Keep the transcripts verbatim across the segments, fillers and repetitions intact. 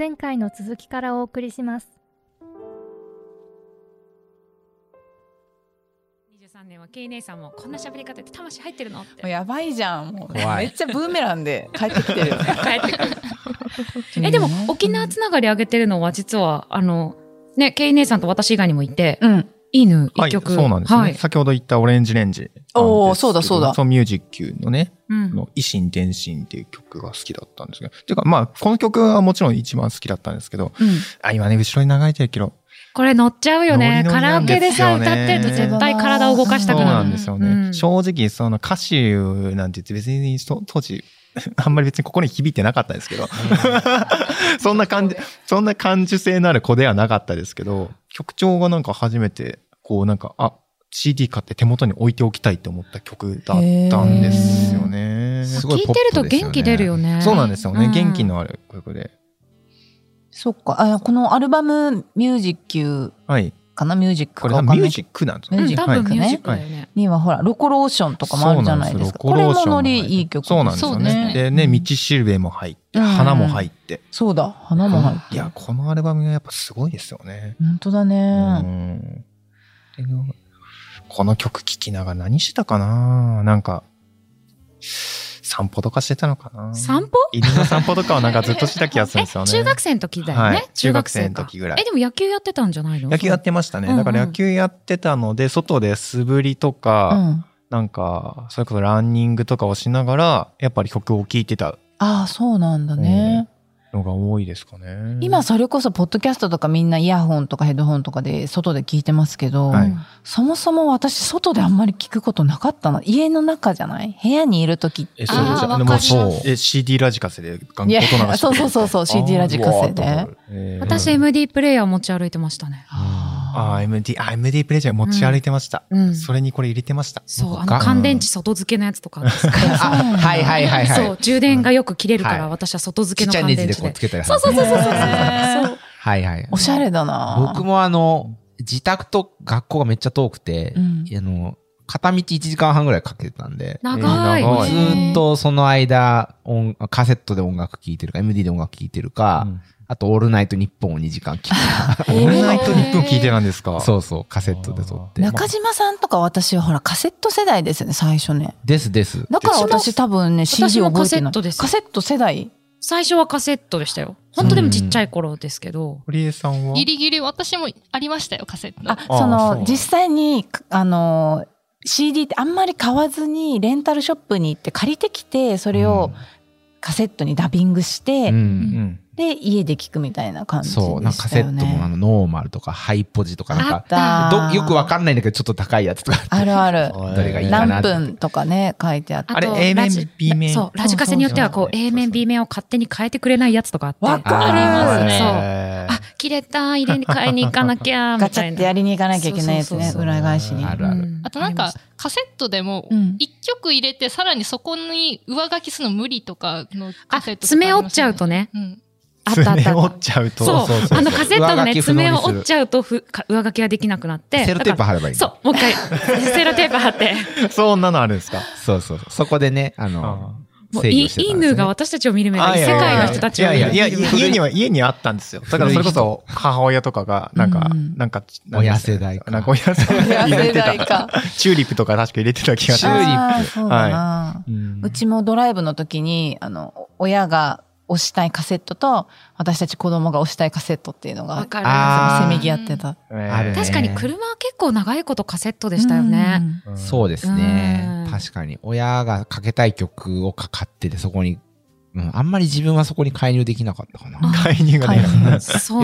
前回の続きからお送りします。 にじゅうさんねんはケイ姉さんもこんな喋り方って魂入ってるのって。 もうやばいじゃん。もうめっちゃブーメランで帰ってきてる。 帰ってくる。え、でも沖縄つながり上げてるのは実はあのね、ケイ姉さんと私以外にもいて、うん、いいぬ一曲、 はい、そうなんですね、はい。先ほど言ったオレンジレンジ。 おお、そうだそうだ。 そうミュージックのね、うん、の維新伝心っていう曲が好きだったんですけど、ていうかまあこの曲はもちろん一番好きだったんですけど、うん、あ今ね後ろに流れてるけど。 これ乗っちゃうよね。カラオケでさ、歌ってると絶対体を動かしたくなる。 そうなんですよね。うん、正直、その歌詞なんて言って別に当時、あんまり別にここに響いてなかったですけど、そんな感じ、そんな感受性のある子ではなかったですけど、曲調がなんか初めて、こうなんか、あ、シーディー 買って手元に置いておきたいと思った曲だったんですよね。 すごいポップですよね。聴いてると元気出るよね。 そうなんですよね。うん、元気のある曲で。 そっか。あ、このアルバムミュージックかな、ミュージックかこれはミュージックなんですね。ミュージックね。 多分ミュージックだよね。 にはほら、ロコローションとかもあるじゃないですか。これもノリいい曲です。 そうなんですよね。でね、道しるべも入って、花も入って。 そうだ、花も入って。 いや、このアルバムがやっぱすごいですよね。 本当だね。 この曲聴きながら何したかな、なんか、散歩とかしてたのかな。 散歩？ 犬の散歩とかはなんかずっとした気がするんですよね。 中学生の時だよね。はい、 中学生の時ぐらい。 え、でも野球やってたんじゃないの？ 野球やってましたね。だから野球やってたので、外で素振りとか、うん、なんか、それこそランニングとかをしながら、やっぱり曲を聴いてた。 ああ、そうなんだね。 うんのが多いですかね。 今それこそポッドキャストとかみんなイヤホンとかヘッドホンとかで外で聞いてますけど、はい、そもそも私外であんまり聞くことなかったの。家の中じゃない？部屋にいるときって。 え、そうじゃもうそう。え、シーディー ラジカセで音流して。 そうそうそうそう、シーディー ラジカセで。 私 エムディー プレイヤー持ち歩いてましたね。 ああ、エムディー、あ、エムディー プレイヤー持ち歩いてました。うん、それにこれ入れてました。 そう、あの乾電池外付けのやつとかですか。 はいはいはいはい。 そう、充電がよく切れるから、私は外付けの乾電池で。 ちっちゃいネジでこうつけたり。 そうそうそうそうそう。 はいはい。 おしゃれだな。 僕もあの、自宅と学校がめっちゃ遠くて、あの、片道いちじかんはんぐらいかけてたんで。 長い。 ずっとその間、音カセットで音楽聴いてるか、エムディー で音楽聴いてるか、あと、オールナイトニッポンをにじかん聞く。 オールナイトニッポン聞いてなんですか？ そうそう、カセットで撮って。 中島さんとか私はほら、カセット世代ですよね、最初ね。 ですです。 だから私多分ね、シーディー 覚えてない。 カセットです。 カセット世代？ 最初はカセットでしたよ。本当でもちっちゃい頃ですけど。 堀江さんは？ ギリギリ私もありましたよ、カセット。 あ、その、実際に、あの、シーディー ってあんまり買わずに、レンタルショップに行って借りてきて、それをカセットにダビングして、うんうんで、家で聞くみたいな感じでしたよね。 そう、なんかカセットもあの、ノーマルとか、ハイポジとか、なんか、どよくわかんないんだけど、ちょっと高いやつとか。 あるある。 どれがいいかな。 何分とかね、書いてあって。 あれ、A 面、B 面。 そう、ラジカセによっては、こう、A 面、B 面を勝手に変えてくれないやつとかあって。 わかる。 ありますね。そう。あ、切れた、入れに買いに行かなきゃ、みたいな。 ガチャってやりに行かなきゃいけないやつね、裏返しに。 あるある。 あとなんか、カセットでも、一曲入れて、さらにそこに上書きするの無理とかのカセットとか。 爪折っちゃうとね。 あったあった。爪折っちゃうと。 そう。あのカセットのね、爪を折っちゃうとふ、上書きができなくなって。 セロテープ貼ればいい。 そう。もう一回、セロテープ貼って。 そんなのあるんですか？ そうそう。そこでね、あの、 もうインヌが私たちを見る目が世界の人たちを見る目。 いやいや、家には、家にあったんですよ。だからそれこそ母親とかが、なんか、なんか、 親世代か。 なんか親世代入れてた。チューリップとか確か入れてた気がする。 チューリップ。そうだな。うちもドライブの時に、あの、親が、押したいカセットと、私たち子供が押したいカセットっていうのが、せめぎ合ってた。 確かに車は結構長いことカセットでしたよね。 そうですね。確かに。親がかけたい曲をかかってて、そこに、うん、あんまり自分はそこに介入できなかったかな。 介入ができなかった。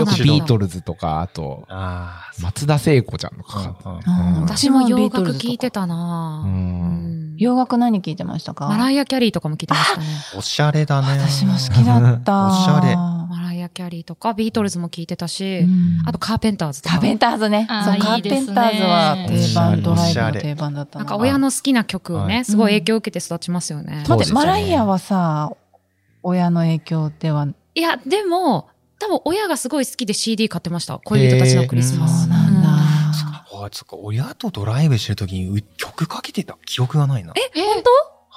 よくビートルズとか、あと、松田聖子ちゃんのかかった。 私も洋楽聴いてたな。 洋楽何聴いてましたか？ マライア・キャリーとかも聴いてましたね。 おしゃれだね。 私も好きだった。 おしゃれ。 マライア・キャリーとか、ビートルズも聴いてたし、あとカーペンターズとか。 カーペンターズね。そう、カーペンターズは定番、ドライブの定番だったな。 なんか親の好きな曲をね、すごい影響を受けて育ちますよね。 待って、マライアはさ、親の影響では？ いや、でも、多分親がすごい好きで シーディー 買ってました。恋人たちのクリスマス。 そうなんだ。 あ、そっか、親とドライブしてるときに曲かけてた記憶がないな。 え、本当？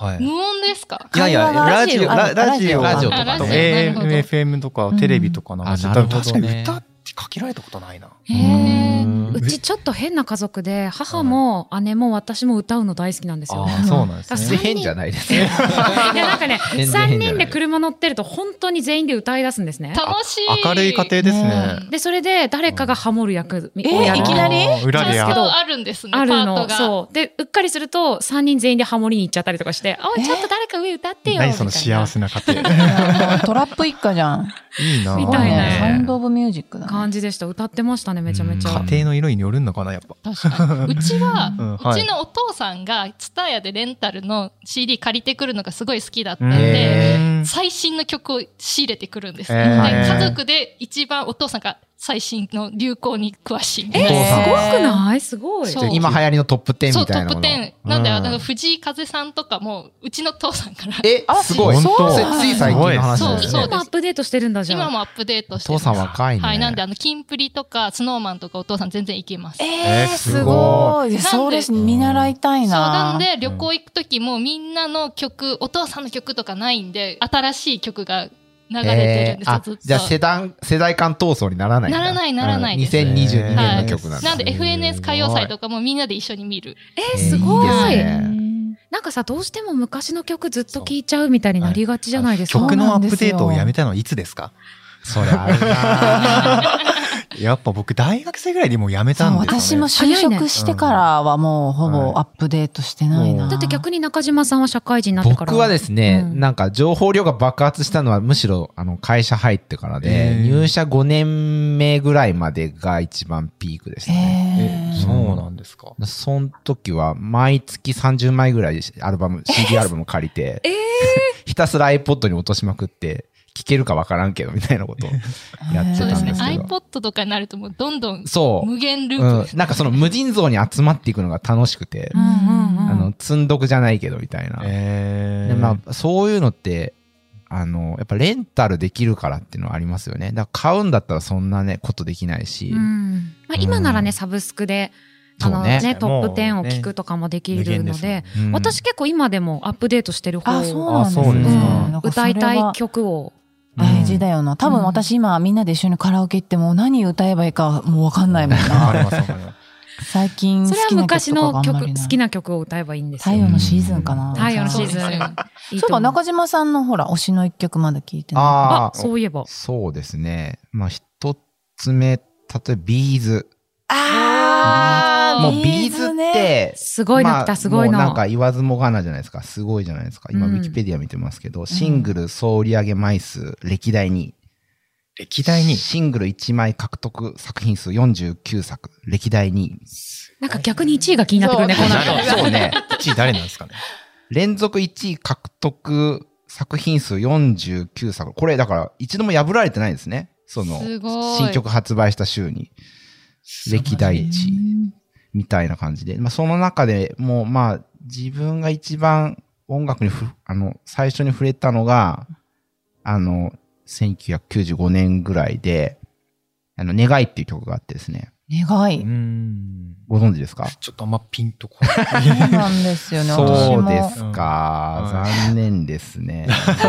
はい。 無音ですか？ いやいや、ラジオ、ララジオ、 ラジオとか、 エーエム、エフエム とか、テレビとかなんか、確かに歌ってかけられたことないな。 へー。うちちょっと変な家族で、母も姉も私も歌うの大好きなんですよ。 あ、そうなんですね。 変じゃないですね。 いや、なんかね、さんにんで車乗ってると本当に全員で歌い出すんですね。 楽しい。 明るい家庭ですね。 で、それで誰かがハモる役をやる。え、いきなり裏でやる。 あるんですね、 あるの。 パートが。 そう。で、うっかりするとさんにん全員でハモりに行っちゃったりとかして、あ、ちょっと誰か上歌ってよ。 何その幸せな家庭。 トラップ一家じゃん。 いいな。 みたいな。 サウンドオブミュージックだ。 感じでした。歌ってましたね、めちゃめちゃ。 家庭の色によるんのかな、やっぱ。 確かに。うちは、うちのお父さんがツタヤでレンタルの シーディー 借りてくるのがすごい好きだったんで、最新の曲を仕入れてくるんですね。で、家族で一番お父さんが最新の流行に詳しい。 えー、すごくないすごい。 今流行りのトップテンみたいなもの。 そう、トップテン。なんで、あの、藤井風さんとかも、うちの父さんから。 え、すごい。 本当。 つい最近の話ですね。 そう、 今もアップデートしてるんだじゃん。 今もアップデートしてる。 父さん若いね。 はい、なんで、あの、キンプリとか、スノーマンとかお父さん全然いけます。 えー、すごい。そうです。見習いたいな。 そう、なんで、旅行行くときもみんなの曲、お父さんの曲とかないんで、新しい曲が、流れてるんですよ、ずっと。 じゃあ世代、世代間闘争にならないんだ。 ならない、ならないです。 にせんにじゅうにねんの曲なんだ。 なんで エフエヌエス 歌謡祭とかもみんなで一緒に見る。 えー、すごい。なんかさ、どうしても昔の曲ずっと聴いちゃうみたいになりがちじゃないですか。 曲のアップデートをやめたのはいつですか？ それあるなやっぱ僕大学生ぐらいでもうやめたんですよね。 私も就職してからはもうほぼアップデートしてないな。 だって逆に中島さんは社会人になってから。 僕はですね、うん、なんか情報量が爆発したのはむしろあの会社入ってからで、入社ごねんめぐらいまでが一番ピークでしたね。 えー、そうなんですか。 その時は毎月さんじゅうまいぐらいアルバム、シーディー アルバム借りて、えー、ひたすら iPod に落としまくって、聞けるかわからんけどみたいなことをやってたんですけど。 そうですね。iPod とかになるともうどんどん無限ループ、 うん。なんかその無尽蔵に集まっていくのが楽しくて、うんうんうん、あの、積んどくじゃないけどみたいな。えー、でまあ、そういうのって、あの、やっぱレンタルできるからっていうのはありますよね。だから買うんだったらそんなね、ことできないし。うんまあ、今ならね、サブスクで、あのね、ねトップテンを聞くとかもできるので、ねうん、私結構今でもアップデートしてる方あ、そうなんですね。うん、 歌いたい曲を。 大事だよな。多分私今みんなで一緒にカラオケ行っても何歌えばいいかもうわかんないもんな。最近好きな曲とかそれは昔の曲、好きな曲を歌えばいいんですよ。 太陽のシーズンかな。 太陽のシーズン。 そういえば中島さんのほら、推しの一曲まだ聞いてない。 ああ、そういえば。 そうですね。まあ一つ目、例えばビーズ。 ああ、もうビーズって、 すごいの来た、すごいの。 もうなんか言わずもがなじゃないですか。すごいじゃないですか。今、ウィキペディア見てますけど、シングル総売上枚数、歴代にい。 歴代にい。 シングルいちまい獲得作品数よんじゅうきゅうさく、歴代にい。 なんか逆にいちいが気になってくるね、この後。 そうね。 いちい誰なんですかね。 連続いちい獲得作品数よんじゅうきゅうさく。これだから一度も破られてないんですね。その、新曲発売した週に。歴代いちいみたいな感じで。まあその中でもうまあ自分が一番音楽にふ、あの、最初に触れたのが、あの、せんきゅうひゃくきゅうじゅうごねんぐらいで、あの、願いっていう曲があってですね。 願い。 うん。ご存知ですか？ ちょっとあんまピンとこない。 そうなんですよね。 そうですか。残念ですね。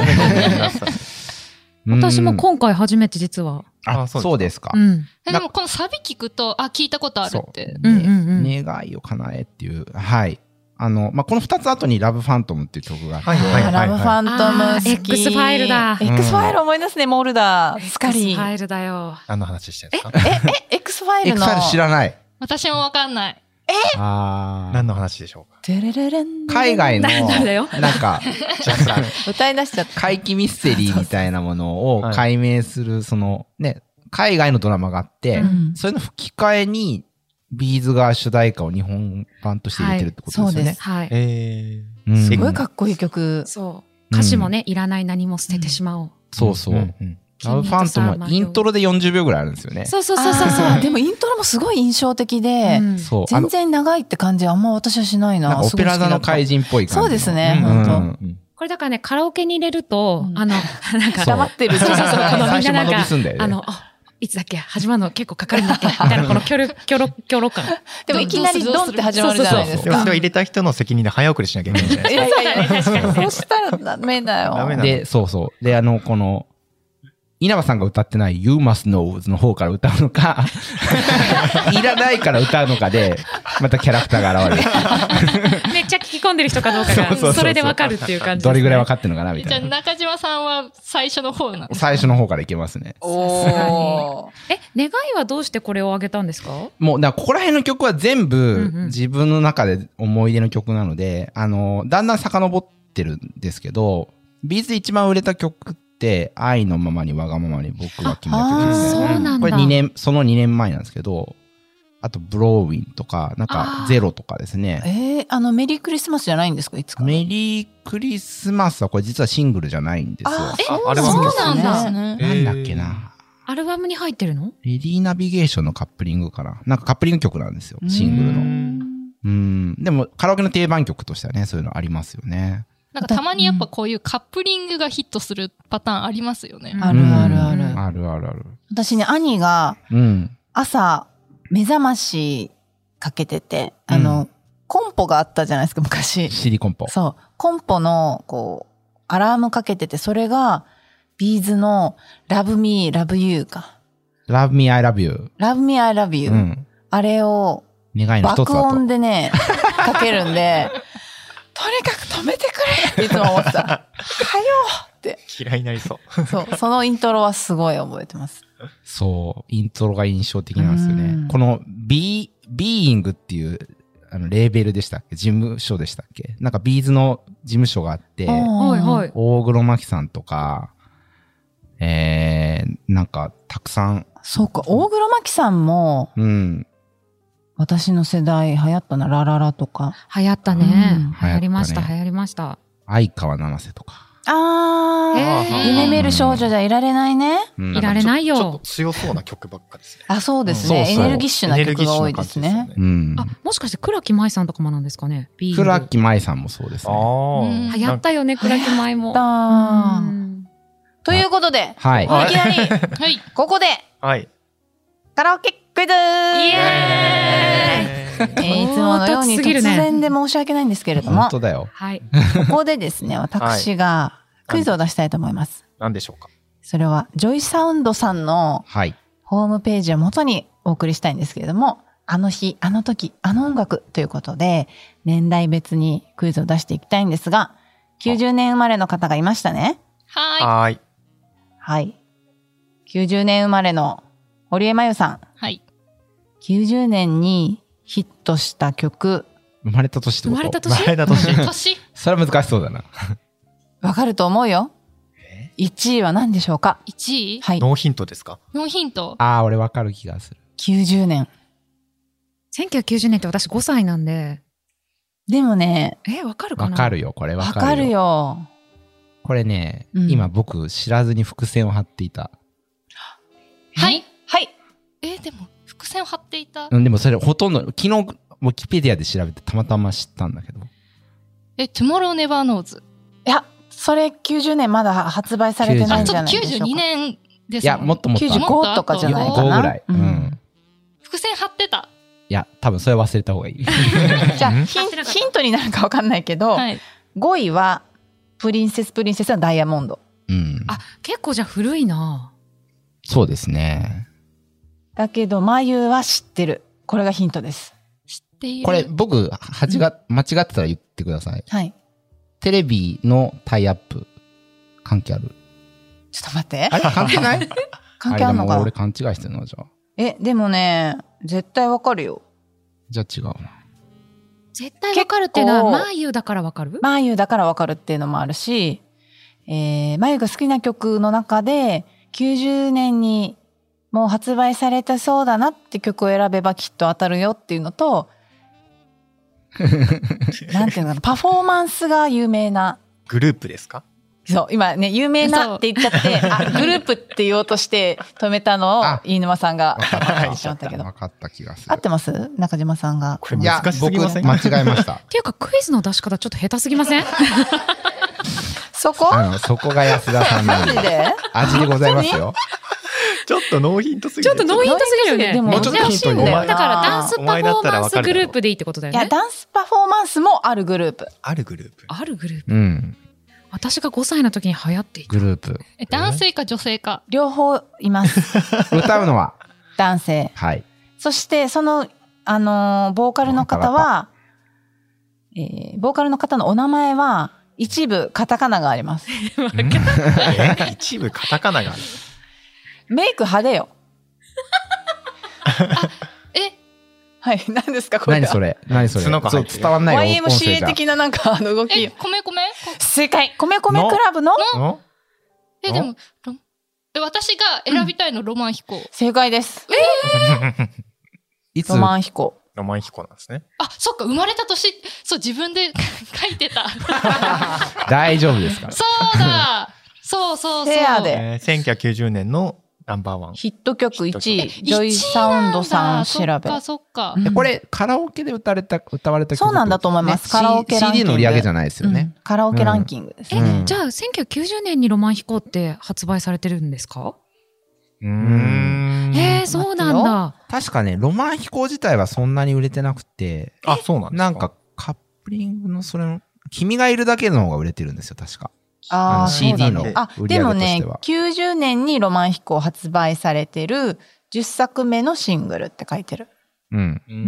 私も今回初めて実は。 あ、そうですか。 うん。 でもこのサビ聞くと、あ、聞いたことあるって。 うんうんうん。 願いを叶えっていう。はい。あの、まあ、この二つ後にラブファントムっていう曲があって。 はいはいはい、ラブファントム好き。 X ファイルだ。 X ファイル思い出すね、モルダー。スカリー。 X ファイルだよ。 何の話してるんですか？ え、え、X ファイルの。 X ファイル知らない。 私もわかんない。 えあ何の話でしょうか？ 海外の、なんか、 歌い出しちゃった。 怪奇ミステリーみたいなものを解明する、その、ね、海外のドラマがあって、うん、それの吹き替えに、ビーズが主題歌を日本版として入れてるってことですよね。 はい。 えー、すごいかっこいい曲。 そう。歌詞もね、うん、いらない何も捨ててしまおう。 そうそう。うんうん、ラブファントムはイントロでよんじゅうびょうぐらいあるんですよね。 そうそうそうそう。 でもイントロもすごい印象的で、うん、全然長いって感じはあんま私はしないな。 なんかオペラ座の怪人っぽい感じ。 そうですね、うん、本当。 これだからね、カラオケに入れると、うん、あの、なんか、 黙ってる。そうそうそう。 みんななんか、あの、あ、 いつだっけ始まるの結構かかるんだっけみたいな、このキョロキョロキョロ感。 でもいきなりドンって始まるじゃないですか。 でもそれを入れた人の責任で早送りしなきゃいけないじゃないですか。 いやいやいや、確かに。そうしたらダメだよ。 ダメなの。 で、そうそう。で、あの、この、稲葉さんが歌ってない You Must Know の方から歌うのか、いらないから歌うのかで、またキャラクターが現れる。 めっちゃ聞き込んでる人かどうかが、それでわかるっていう感じですね。 どれぐらいわかってるのかなみたいな。 じゃあ中島さんは最初の方なんですか？ 最初の方からいけますね。 おー。 え、願いはどうしてこれをあげたんですか？ もう、だからここら辺の曲は全部うんうん自分の中で思い出の曲なので、あの、だんだん遡ってるんですけど、ビーズで一番売れた曲って、愛のままにわがままに僕が決めた曲ですね。 そうなんだ。 これにねん、そのにねんまえなんですけど、あと、ブローウィンとか、なんか、ゼロとかですね。 えー、あの、メリークリスマスじゃないんですか？いつか。 メリークリスマスはこれ実はシングルじゃないんですよ。 あえ、 あれはそうなんだね。 なんだっけな。 アルバムに入ってるの？ レディーナビゲーションのカップリングかな。なんかカップリング曲なんですよ、シングルの。うん。でも、カラオケの定番曲としてはね、そういうのありますよね。 なんかたまにやっぱこういうカップリングがヒットするパターンありますよね。 あるあるある。 あるあるある。 私ね、兄がうん。 朝、目覚ましかけてて、あの、 うんコンポがあったじゃないですか、昔。 シリコンポ。 そう。コンポの、こう、アラームかけてて、それが、ビーズの Love Me, Love You か。 Love Me, I Love You。 Love Me, I Love You。 うん。 あれを、 願いの一つ爆だと。 音でね、かけるんで、とにかく止めてくれっていつも思ってた。はよって。 嫌いになりそう。 そう。そのイントロはすごい覚えてます。 そう。イントロが印象的なんですよねうん。 この B、Being っていう、あの、レーベルでしたっけ？事務所でしたっけ？なんかビーズの事務所があって、 はいはい。 大黒摩季さんとか、えー、なんか、たくさん、 そうか。大黒摩季さんも、 うん。 私の世代流行ったな、ラララとか。 流行ったね。 うん流行りました、 流行ったね流行りました。 相川七瀬とか。 あへーー、夢見る少女じゃいられないね。 うんいられないよちょっと強そうな曲ばっかですね。 あ、そうですね。 そうそうエネルギッシュな曲が多いですね。 うん。 あ、もしかして倉木舞さんとかもなんですかね？ビー倉木舞さんもそうですね。 ああ。 流行ったよね、倉木舞も。 だうーんということで、 はい。 いきなり、 はい。 ここで、 はい。 カラオケクイズイエーイえーいつものように突唐突すぎるね然で申し訳ないんですけれども、 本当だよ。 はい。 ここでですね、私がクイズを出したいと思います。 何でしょうか？ それは、ジョイサウンドさんのはい。 ホームページを元にお送りしたいんですけれども、あの日、あの時、あの音楽ということで、年代別にクイズを出していきたいんですが、きゅうじゅうねん生まれの方がいましたね。 はい。 はーい。 はい。きゅうじゅうねん生まれの堀江真由さん。 はい。 きゅうじゅうねんにヒットした曲、 生まれた年ってこと生まれた年前田年。 年それは難しそうだな。 わかると思うよ。いちいは何でしょうか？ いちいはい。 ノーヒントですか？ ノーヒント。 ああ、俺わかる気がする。 きゅうじゅうねん。 せんきゅうひゃくきゅうじゅうねんって私ごさいなんで、 でもね、 え、わかるかな？ わかるよ、これわかるよ。 わかるよ。 これね、 うん今僕知らずに伏線を張っていた。 はい。 はい。 え、でも、伏線を張っていた。 うん、でもそれほとんど、昨日、ウィキペディアで調べてたまたま知ったんだけど。 え、Tomorrow Never Knows。 いや、それきゅうじゅうねんまだ発売されてないあ、 んじゃちょっとないでしょうか。 きゅうじゅうにねんですいや、もっともっと。 きゅうじゅうごとかじゃないかな。 ごぐらい。ううんん。 伏線張ってた。 いや、多分それ忘れた方がいい。 じゃあ、 うんヒンヒントになるかわかんないけど、 はい。 ごいは、プリンセスプリンセスのダイヤモンド。 うん。 あ、結構じゃあ古いな。 そうですね。 だけど、まゆは知ってる。これがヒントです。 知っている。 これ、僕、はじが、間違ってたら言ってください。 はい。 テレビのタイアップ、関係ある？ ちょっと待ってあ。れ関係ない？ 関係あるのかなれでも俺勘違いしてるのじゃあ。 え、でもね、絶対わかるよ。 じゃあ違うな。 絶対わかるっていうのは、 結構マーユーだからわかる？ まゆだからわかるっていうのもあるし、えー、まゆが好きな曲の中で、きゅうじゅうねんにもう発売されてそうだなって曲を選べばきっと当たるよっていうのと、なんていうのかな、パフォーマンスが有名な、 グループですか？ そう、今ね、有名なって言っちゃって、あ、グループって言おうとして止めたのをあ、 飯沼さんがわかった言ってしまったけど。 わかった気がする。 合ってます中島さんが。 これいや難しすぎません？ 僕間違えました。 っていうか、クイズの出し方ちょっと下手すぎません？ そこあの、そこが安田さんなんで。 マジで味でございますよ。 ちょっとノーヒントすぎる。 ちょっとノーヒントすぎるよね。 でももうちょっとヒントに。 だからダンスパフォーマンスグループでいいってことだよね。 いや、ダンスパフォーマンスもあるグループ。 あるグループ。 あるグループ。 うん。 私がごさいの時に流行っていた。 グループ。 え、男性か女性か。 両方います。 歌うのは男性。 はい。 そして、その、あのー、ボーカルの方は、えー、ボーカルの方のお名前は、一部カタカナがあります。 一部カタカナがある。 メイク派手よ。 えはい、何ですかこれ。 何それ何それそう伝わんないよ。 ワイエムシーエー 的ななんかあの動き。 え、米米正解。米米クラブののえ、でも、え、私が選びたいのロマン飛行。 正解です。 えいつロマン飛行。 ロマン飛行なんですね。 あ、そっか、生まれた年、そう、自分で書いてた。 大丈夫ですから。 そうだそうそうそう。 フェアで。 えー、せんきゅうひゃくきゅうじゅうねんのナンバーワン。 ヒット曲いちい。ジョイサウンドさん調べ。そっかそっか。 これ、カラオケで歌われた、歌われた曲。 そうなんだと思います。カラオケランキング。 シーディー の売り上げじゃないですよね。 カラオケランキングです。 え、じゃあせんきゅうひゃくきゅうじゅうねんにロマン飛行って発売されてるんですか？ うーん。 へえ、そうなんだ。 確かね、ロマン飛行自体はそんなに売れてなくて。 あ、そうなんですか。 なんかカップリングのそれの、君がいるだけの方が売れてるんですよ、確か。 ああ、 シーディー の売り上げとしては。 でもね、きゅうじゅうねんにロマン飛行発売されてるじゅっさくめのシングルって書いてる。 うん。 うん。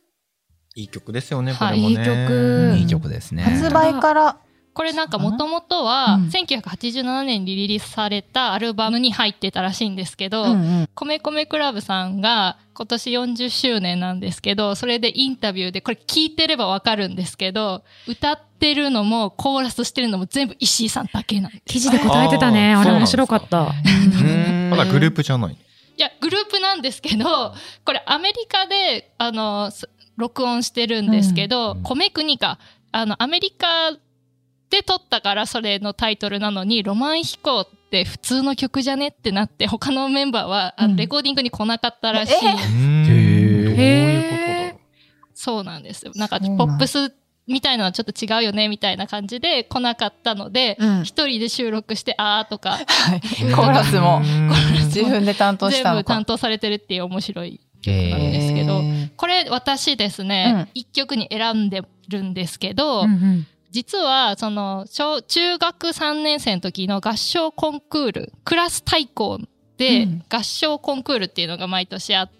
いい曲ですよね、これもね。 いい曲。 いい曲ですね。 発売から、 これなんかもともとはせんきゅうひゃくはちじゅうななねんにリリースされたアルバムに入ってたらしいんですけど、米米クラブさんが今年よんじゅっしゅうねんなんですけど、それでインタビューで、これ聞いてればわかるんですけど、歌ってるのもコーラスしてるのも全部石井さんだけなんです。 記事で答えてたね。あれ面白かった。 まだグループじゃない。 いや、グループなんですけど、これアメリカで、あの、録音してるんですけど、米国か、あの、アメリカで撮ったからそれのタイトルなのに、ロマン飛行って普通の曲じゃねってなって、他のメンバーは、あのレコーディングに来なかったらしい。 へー。どういうことだろう。 そうなんですよ。なんか、ポップスみたいなのはちょっと違うよね、みたいな感じで来なかったので、一、人で収録して、あーとか。 コーラスも自分で担当したのか。 全部担当されてるっていう面白い曲なんですけど、これ私ですね、一、うん、曲に選んでるんですけど、うんうん、実はその小中学さんねん生の時の合唱コンクール、クラス対抗で合唱コンクールっていうのが毎年あって、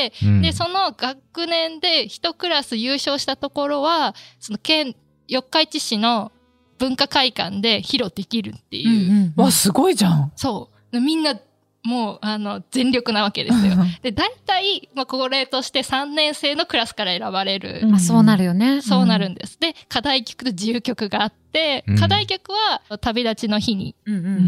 うん、でその学年で一クラス優勝したところはその県四日市市の文化会館で披露できるっていう。うんうんうん、 わ、すごいじゃん。 そう。みんなもう、あの、全力なわけですよ。で、大体、まあ、これとしてさんねん生のクラスから選ばれる。 あ、そうなるよね。 そうなるんです。で、課題曲と自由曲があって、うん、課題曲は、旅立ちの日に。うんうんうんうん、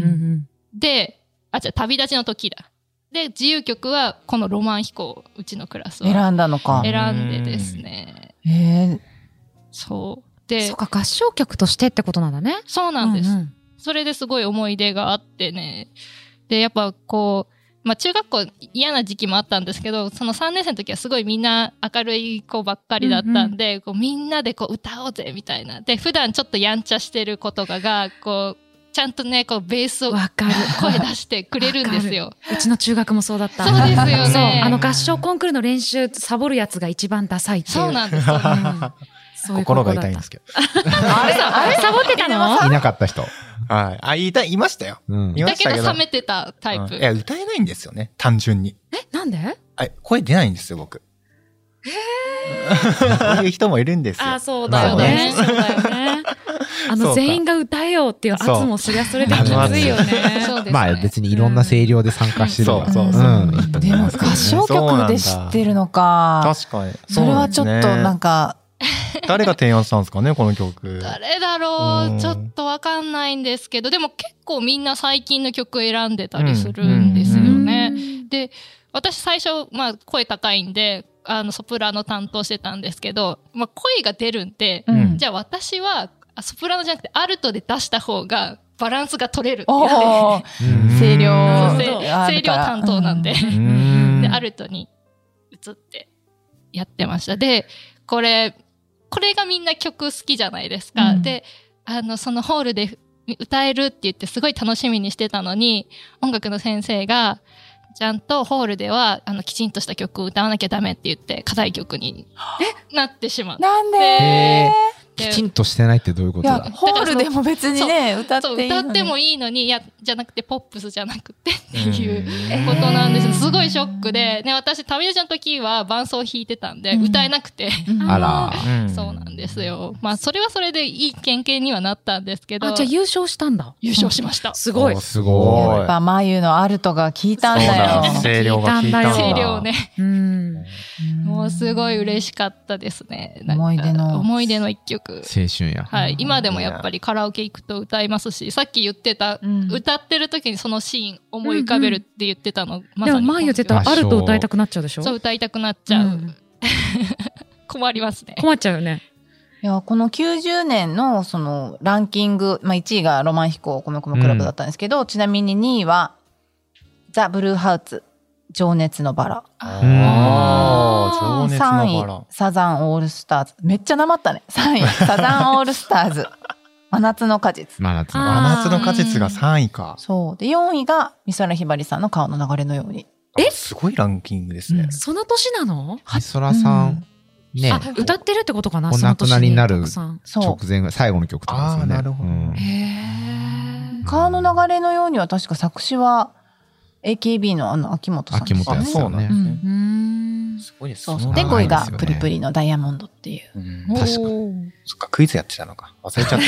で、あ、じゃあ、旅立ちの時だ。で、自由曲は、このロマン飛行、うちのクラスは。 選んだのか。 選んでですね。 へえ。 そう。で、 そうか、合唱曲としてってことなんだね。 そうなんです。うんうん、それですごい思い出があってね。で、やっぱこう、まあ中学校嫌な時期もあったんですけど、そのさんねん生の時はすごいみんな明るい子ばっかりだったんで、うんうん、こうみんなでこう歌おうぜみたいな。で、普段ちょっとやんちゃしてる子とかが、こう、ちゃんとね、こうベースをわかる声出してくれるんですよ。 うちの中学もそうだった。 そうですよね。 そう。あの合唱コンクールの練習サボるやつが一番ダサいっていう。 そうなんですよ、ね。 そういう心が痛いんですけど。 あれあれサボってたの？ いなかった人。 はい。あ、いた、いましたよ。うん、いましたけど。 だけど冷めてたタイプ。 いや、歌えないんですよね。単純に。 え、なんで？ あ、声出ないんですよ、僕。へー。そういう人もいるんですよ。 あ、そうだよね。そうだよね。あの、全員が歌えよっていう圧もそりゃそれできついよね。そうですね。 まあ別にいろんな声量で参加してるから。そうそうそう。 でも合唱曲で知ってるのか。 確かに。 それはちょっとなんか、 誰が提案したんですかね、この曲。 誰だろう、ちょっとわかんないんですけど、でも結構みんな最近の曲選んでたりするんですよね。で、私最初、まあ声高いんで、あのソプラノ担当してたんですけど、まあ声が出るんで、うん、じゃあ私はソプラノじゃなくてアルトで出した方がバランスが取れるって言って、 声量、 声量担当なんで、で、アルトに移ってやってました。で、これ、これがみんな曲好きじゃないですか。うん、で、あの、そのホールで歌えるって言ってすごい楽しみにしてたのに、音楽の先生が、 ちゃんとホールではあのきちんとした曲を歌わなきゃダメって言って課題曲になってしまって。 なんできちんとしてないってどういうことだ？ いや、ホールでも別にね、歌っていいのに。 歌ってもいいのに、いや、じゃなくてポップスじゃなくてっていうことなんです。すごいショックで、ね、私、タミヤちゃんの時は伴奏弾いてたんで、歌えなくて。 あら。 そうなんですよ。まあ、それはそれでいい経験にはなったんですけど。 あ、じゃあ優勝したんだ。 優勝しました。 すごい。 すごい。 やっぱ、まゆのアルトが効いたんだよ。 声量が効いたんだよ。 声量ね。 うん。 もうすごい嬉しかったですね。 思い出の。 思い出の一曲。 青春や。 はい。今でもやっぱりカラオケ行くと歌いますし、さっき言ってた、うん、歌ってる時にそのシーン思い浮かべるって言ってたの、うんうん、 まさに。でも前言ってたアルト歌いたくなっちゃうでしょ？ そう、歌いたくなっちゃう。うん、困りますね。 困っちゃうよね。 いや、このきゅうじゅうねんのそのランキング、まあいちいがロマン飛行米米クラブだったんですけど、うん、ちなみににいはザ・ブルーハーツ。情熱のバラ。 ああ、情熱のバラ。 さんい、サザンオールスターズ。めっちゃなまったね。さんい、サザンオールスターズ。真夏の果実。 真夏の真夏の果実がさんいか。 そう。で、よんいが美空ひばりさんの川の流れのように。 えすごいランキングですね。 うん、その年なの？ 美空さん。うん、ね。 あ、歌ってるってことかな？ お亡くなりになる直前、最後の曲とかですよね。 あ、なるほど。うん、 へー。川の流れのようには確か作詞は、エーケービー のあの秋元さん。 秋元やつよね。 うん、すごいです。そうそう。で、ごいがプリプリのダイヤモンドっていう。 うん、確かに。そっか、クイズやってたのか。忘れちゃった。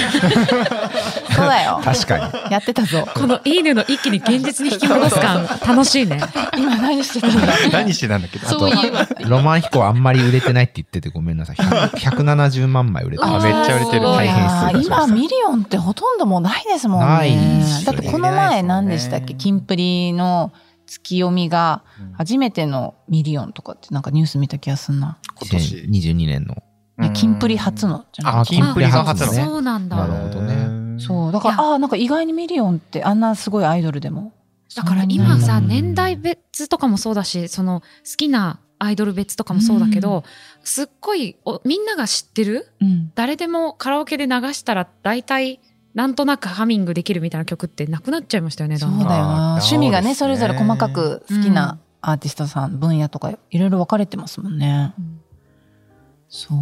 そうだよ。 確かに。 やってたぞ。 このいいねの一気に現実に引き戻す感、楽しいね。 今何してたんだ何してたんだっけど。 そういうわ。 ロマン飛行あんまり売れてないって言っててごめんなさい。ひゃくななじゅうまんまい売れてる。 あ、めっちゃ売れてる。 大変です。今ミリオンってほとんどもうないですもんね。 ないです。 だってこの前何でしたっけ？キンプリの月読みが初めてのミリオンとかってなんかニュース見た気がすんな。 今年にじゅうにねんの。 いや、キンプリ初のじゃなくて。あ、キンプリが初のね。 そうなんだ。 なるほどね。 そう。だから、ああ、なんか意外にミリオンってあんなすごいアイドルでも。 だから今さ、年代別とかもそうだし、その好きなアイドル別とかもそうだけど、うん、すっごいおみんなが知ってる、うん、誰でもカラオケで流したら大体、なんとなくハミングできるみたいな曲ってなくなっちゃいましたよね。 そうだよな。趣味がね、それぞれ細かく好きなアーティストさん、うん、分野とかいろいろ分かれてますもんね。うん、そう。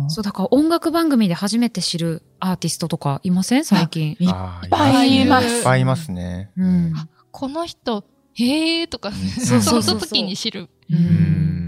そう、だから音楽番組で初めて知るアーティストとかいません？最近。 いっぱいいます。 いっぱいいますね。 うん、この人、へーとか、そうそうそう。その時に知る。 うん、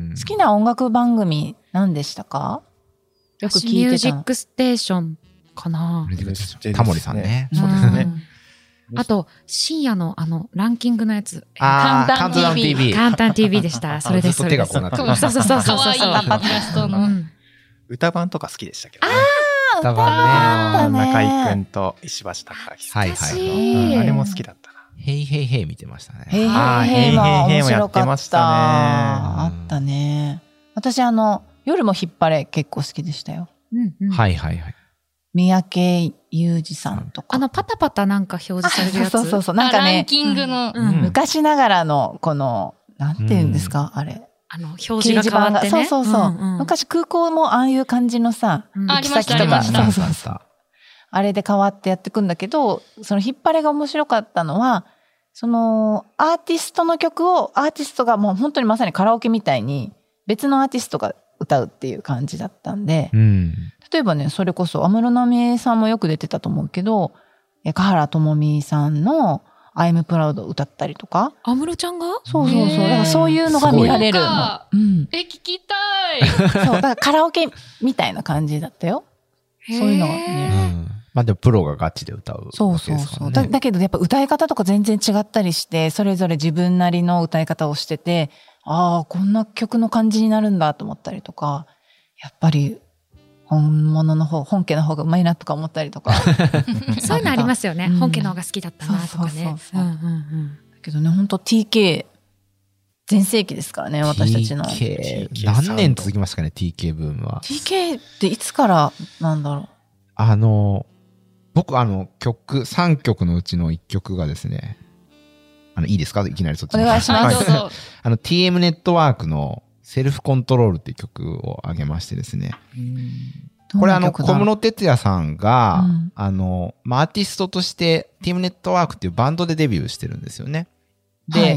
好きな音楽番組何でしたか？よく聞いてた。 ミュージックステーション。かな。 タモリさんね。 そうですね。 あと、深夜のあの、ランキングのやつ。 ああ、カントダウン ティービー。 カントダウン ティービー でした。それです。 手がこうなってる。 そうそうそうそう。 かわいいイラストの。 歌版とか好きでしたけどね。 ああ、歌版ね。 中井くんと石橋貴明。 はいはい。 あれも好きだったな。 ヘイヘイヘイ見てましたね。 ヘイヘイヘイも面白かった。あったね。私あの、夜も引っ張れ結構好きでしたよ。 はいはいはい。 三宅裕二さんとか。 あの、パタパタなんか表示されるやつ。 そうそうそう。なんかね、 ランキングの、 うん、昔ながらの、この、なんて言うんですか、うん、あれ。 あの、表示が変わってね。 そうそうそう。うんうん、昔空港もああいう感じのさ、 うん、 行き先とか、そうそうそう。あれで変わってやってくんだけど、その引っ張れが面白かったのは、その、アーティストの曲を、アーティストがもう本当にまさにカラオケみたいに、別のアーティストが歌うっていう感じだったんで、うん、例えばね、それこそ安室奈美恵さんもよく出てたと思うけど、華原朋美さんの I'm Proud を歌ったりとか。 安室ちゃんが？ そうそうそう。だからそういうのが見られるの。 うん、え、聞きたい。 そう、だからカラオケみたいな感じだったよ。そういうのがね。 うん、まあでもプロがガチで歌う、ね。 そうそうそう。だ, だけどやっぱ歌い方とか全然違ったりして、それぞれ自分なりの歌い方をしてて、ああ、こんな曲の感じになるんだと思ったりとか、やっぱり本物の方、本家の方がうまいなとか思ったりとか。 そういうのありますよね。うん、本家の方が好きだったなとかね。そうそうそう。 だけどね、本当 ティーケー 全盛期ですからね、私たちの。 ティーケー、何年続きますかね、ティーケー ブームは。 ティーケー っていつからなんだろう。 あの、僕あの曲、さんきょくのうちのいっきょくがですね、あの、いいですか？いきなりそっちに。 お願いします。 あの、ティーエム ネットワークのセルフコントロールっていう曲をあげましてですね。これあの、小室哲哉さんが、うん、あの、まあ、アーティストとして ティーエム ネットワークっていうバンドでデビューしてるんですよね。で、はい、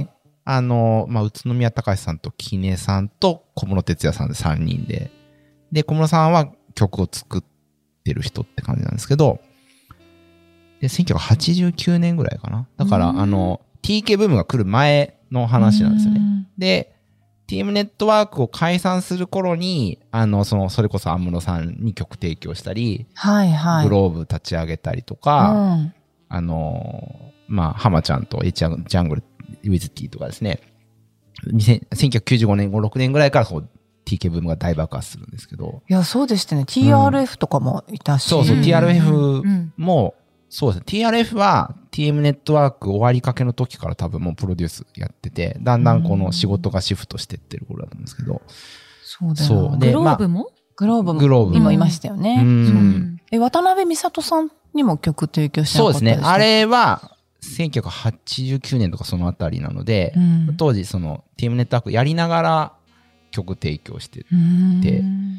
あの、まあ、宇都宮隆さんと木根さんと小室哲哉さんでさんにんで、で、小室さんは曲を作ってる人って感じなんですけど、で、せんきゅうひゃくはちじゅうきゅうねんぐらいかな。だから、あの、ティーケー ブームが来る前の話なんですよね。で、ティームネットワークを解散する頃に、あの、その、それこそ安室さんに曲提供したり、 はいはい。 グローブ立ち上げたりとか、うん、あの、まあ、浜ちゃんと H ジャングル、ウィズティとかですね、せんきゅうひゃくきゅうじゅうごねん、ろくねんぐらいからこう ティーケー ブームが大爆発するんですけど。 いや、そうでしたね。ティーアールエフ とかもいたし。 うん、そうそう、ティーアールエフ も、そうですね。ティーアールエフ は ティーエム ネットワーク終わりかけの時から多分もうプロデュースやってて、だんだんこの仕事がシフトしてってる頃だと思うんですけど。 そうだよね。グローブも、まあ、 グローブも。グローブにもいましたよね。うん、え、渡辺美里さんにも曲提供してなかったですか？ そうですね。あれは、せんきゅうひゃくはちじゅうきゅうねんとかそのあたりなので、うん、当時その ティーエム ネットワークやりながら曲提供してて、うん、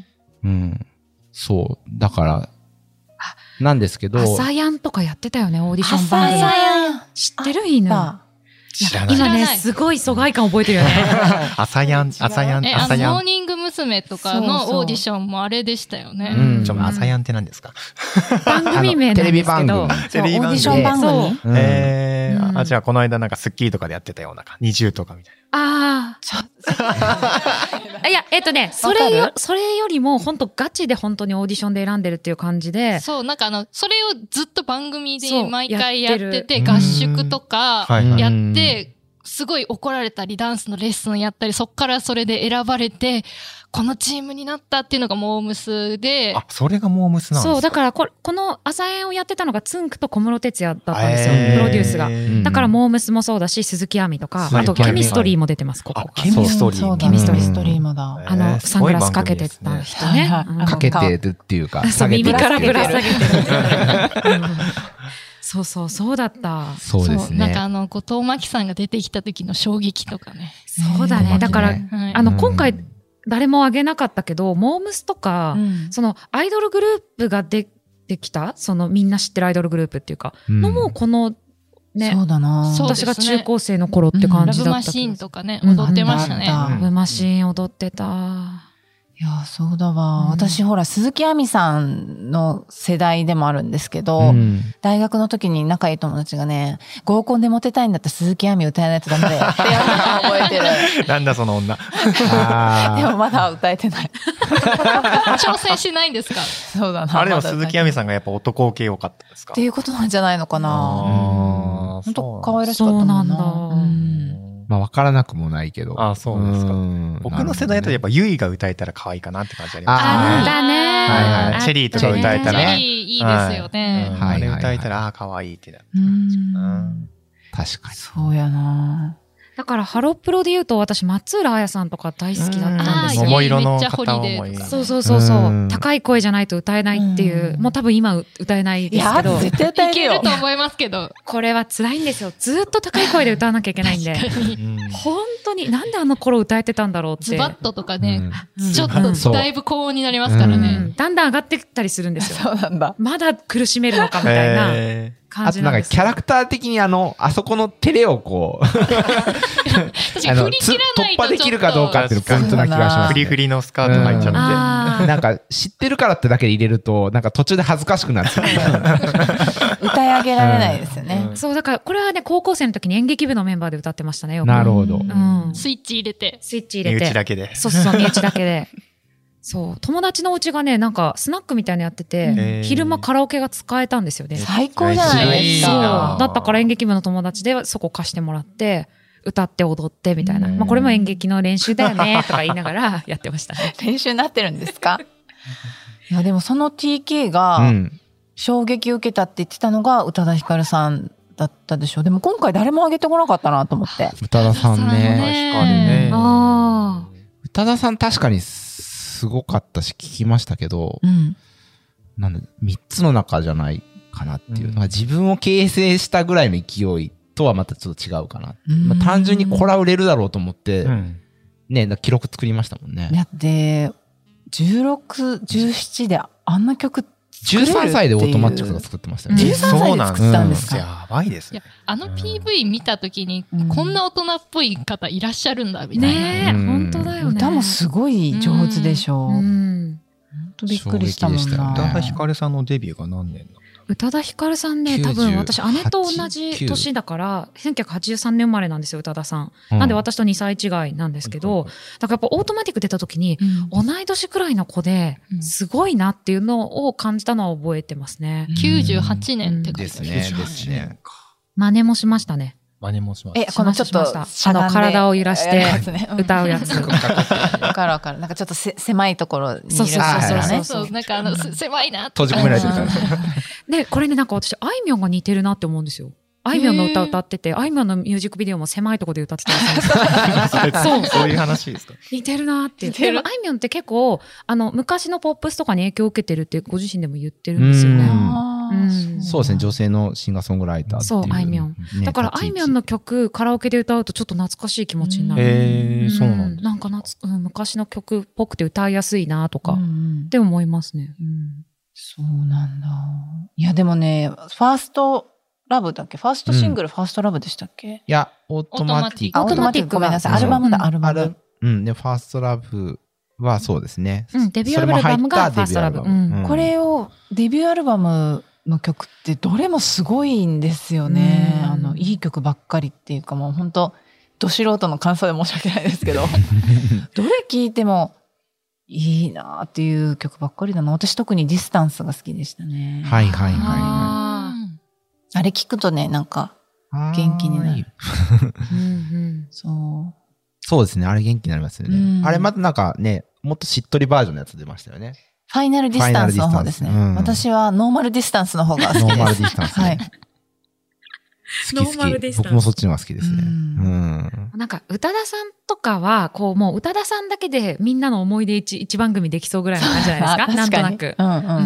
うん。そう。だから、なんですけど。 朝やんとかやってたよね、オーディション番組。朝やん。知ってる？いいの。 知らない。 今ね、すごい疎外感覚えてるよね。 朝やん、朝やん、朝やん。 モーニング娘。とかのオーディションもあれでしたよね。 うん。ちょ、朝やんって何ですか？ 番組名なんですけど。 テレビ番組。 テレビ番組。オーディション番組。 えー、あ、じゃあこの間なんかスッキリとかでやってたようなか、にじゅうとかみたいな。 ああ。いや、えっとね、それよ、それよりも本当ガチで本当にオーディションで選んでるっていう感じで。 そう、なんかあの、それをずっと番組で毎回やってて、合宿とかやって、すごい怒られたり、ダンスのレッスンやったり、そっからそれで選ばれて、このチームになったっていうのがモームスで。 あ、それがモームスなんですか？ そう、だからこ、この朝演をやってたのがつんくと小室哲哉だったんですよ、プロデュースが。だからモームスもそうだし、鈴木亜美とか、あとケミストリーも出てます、ここ。 ケミストリー。 ケミストリー。 ケミストリーもだ。 あの、サングラスかけてた人ね。 かけてるっていうか。 そう、耳からぶら下げてる。そうそう、そうだった。 そうですね。 なんかあの、後藤真希さんが出てきた時の衝撃とかね。 そうだね。だから、あの、今回、誰もあげなかったけど、モームスとか、うん、そのアイドルグループがで、できた、そのみんな知ってるアイドルグループっていうか、うん、のもこの、ね、 そうだな。 私が中高生の頃って感じだった、うん。 ラブマシーンとかね、踊ってましたね。 ラブマシーン踊ってた。 いや、そうだわ。うん、私ほら、鈴木亜美さんの世代でもあるんですけど、うん、大学の時に仲いい友達がね、合コンでモテたいんだったら鈴木亜美歌えないとダメだよってやるのを覚えてる。 なんだその女。 でもまだ歌えてない。 挑戦しないんですか？ そうだな。 あれでも鈴木亜美さんがやっぱ男系良かったですか？ っていうことなんじゃないのかな。本当可愛らしかったもんな。そうなんだ。うんまあ分からなくもないけど。 ああ、そうですか。僕の世代だとやっぱユイが歌えたら可愛いかなって感じありますね。 あったね。 はいはい。チェリーとか歌えたら。 チェリーいいですよね。 あれ歌えたら、ああ、可愛いってなる。 確かに。 そうやな。 だからハロプロで言うと私松浦彩さんとか大好きだったんですよ。 桃色の片思い。 そうそうそうそう。高い声じゃないと歌えないっていう。もう多分今歌えないですけど。 いや、絶対歌えるよ。 いけると思いますけど。 これは辛いんですよ。ずっと高い声で歌わなきゃいけないんで。本当になんであの頃歌えてたんだろうって。 ズバッととかね、ちょっとだいぶ高音になりますからね。 だんだん上がってきたりするんですよ。 そうなんだ。 まだ苦しめるのかみたいな。感じなんです。 あとなんかキャラクター的にあの、あそこの照れをこう、 あの、突破できるかどうかっていうポイントな気がします、 フリフリのスカート入っちゃって。 なんか知ってるからってだけで入れると、なんか途中で恥ずかしくなる。 歌い上げられないですよね。 そう、だからこれはね、高校生の時に演劇部のメンバーで歌ってましたね、よく。 なるほど。 スイッチ入れて。 スイッチ入れて。 身内だけで。 そうそう、身内だけで。そう。友達のお家がね、なんか、スナックみたいなのやってて、昼間カラオケが使えたんですよね。 最高じゃないですか。 そう。だったから演劇部の友達でそこ貸してもらって、歌って踊ってみたいな。まあこれも演劇の練習だよね、とか言いながらやってましたね。 練習になってるんですか？いや、でもその ティーケー が、衝撃を受けたって言ってたのが宇多田ヒカルさんだったでしょ。でも今回誰も挙げてこなかったなと思って。 宇多田さんね。 確かにね。 ああ。 宇多田さん確かに、すごかったし聞きましたけど、うん、なんでみっつの中じゃないかなっていう、うん、自分を形成したぐらいの勢いとはまたちょっと違うかな、まあ、単純にこら売れるだろうと思って、うん、ね記録作りましたもんね。 だってじゅうろく、じゅうななであんな曲じゅうさんさいでオートマチックが作ってましたよね。 じゅうさんさいで作ったんですか？ やばいですね。 あの ピーブイ 見たときに、うん、こんな大人っぽい方いらっしゃるんだみたいな。 ねえ、本当だよね。 歌もすごい上手でしょう。うんうん本当びっくりしたもんな。 宇多田ヒカルさんのデビューが何年なの？ 宇多田ヒカルさんね、多分私姉と同じ年だからせんきゅうひゃくはちじゅうさんねん生まれなんですよ、宇多田さん、うん、なんで私とにさい違いなんですけど、うん、だからやっぱオートマティック出た時に、うん、同い年くらいの子ですごいなっていうのを感じたのは覚えてますね。 きゅうじゅうはちねんってですね。ですね。 真似もしましたね。 真似もしました。 え、このちょっとあの体を揺らして歌うやつ。 わかるわかる。なんかちょっとせ狭いところにいる。 そうそうそうそう。 そうなんかあの狭いな。 閉じ込められてるから。 でこれねなんか私あいみょんが似てるなって思うんですよ。あいみょんの歌歌ってて、あいみょんのミュージックビデオも狭いところで歌ってたりするんですよ。 そうそういう話ですか。 似てるなって。でもあいみょんって結構あの昔のポップスとかに影響を受けてるってご自身でも言ってるんですよね。 うん、そうですね、女性のシンガーソングライターっていう。 そう、あいみょん。ね、だから、あいみょんの曲、カラオケで歌うとちょっと懐かしい気持ちになる。 へ、うん、そうなんだ。 なんかなつ、うん、昔の曲っぽくて歌いやすいなとか、って思いますね、うん。 そうなんだ。いや、でもね、ファーストラブだっけ？ファーストシングル、うん、ファーストラブでしたっけ？ いや、オートマティック。 オートマティック。ごめんなさい。アルバムだ、アルバム。 うん、で、ファーストラブはそうですね。 うん、デビューアルバムがファーストラブ。うん、 これを、デビューアルバム、の曲ってどれもすごいんですよね。あのいい曲ばっかりっていうかもう本当ど素人の感想で申し訳ないですけどどれ聴いてもいいなっていう曲ばっかりだな。私特にディスタンスが好きでしたね。 はいはいはい、はい、 あれ聞くとねなんか元気になるうん、うん、そうそうですね、あれ元気になりますよね、うん、あれまたなんかねもっとしっとりバージョンのやつ出ましたよね。 ファイナルディスタンスの方ですね、うん、私はノーマルディスタンスの方が好きです。 ノーマルディスタンス、ね、はい。好き好き。僕もそっちの方が好きですね。うんうん、なんか宇多田さんとかはこうもう宇多田さんだけでみんなの思い出 1, 一番組できそうぐらいの感じじゃないですか。なんとなく。 うんうんうん、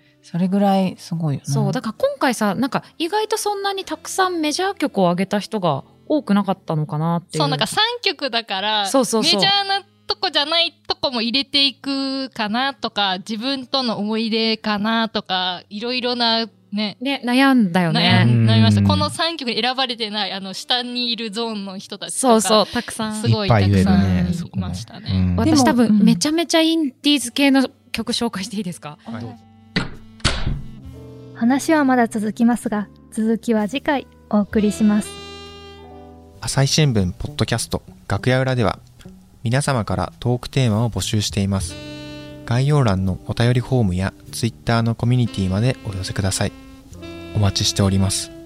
それぐらいすごいよね。 そうだから今回さなんか意外とそんなにたくさんメジャー曲を上げた人が多くなかったのかなっていう。 そうなんかさんきょくだからそうそうそうメジャーなとこじゃないとこも入れていくかなとか自分との思い出かなとかいろいろなねね悩んだよね。 悩みました。このさんきょくに選ばれてないあの下にいるゾーンの人たちとかそうそうたくさんすごいたくさんいましたね。 ね私多分めちゃめちゃインディーズ系の曲紹介していいですか？はい、 話はまだ続きますが続きは次回お送りします。 朝日新聞ポッドキャスト楽屋裏では皆様からトークテーマを募集しています。概要欄のお便りフォームやツイッターのコミュニティまでお寄せください。お待ちしております。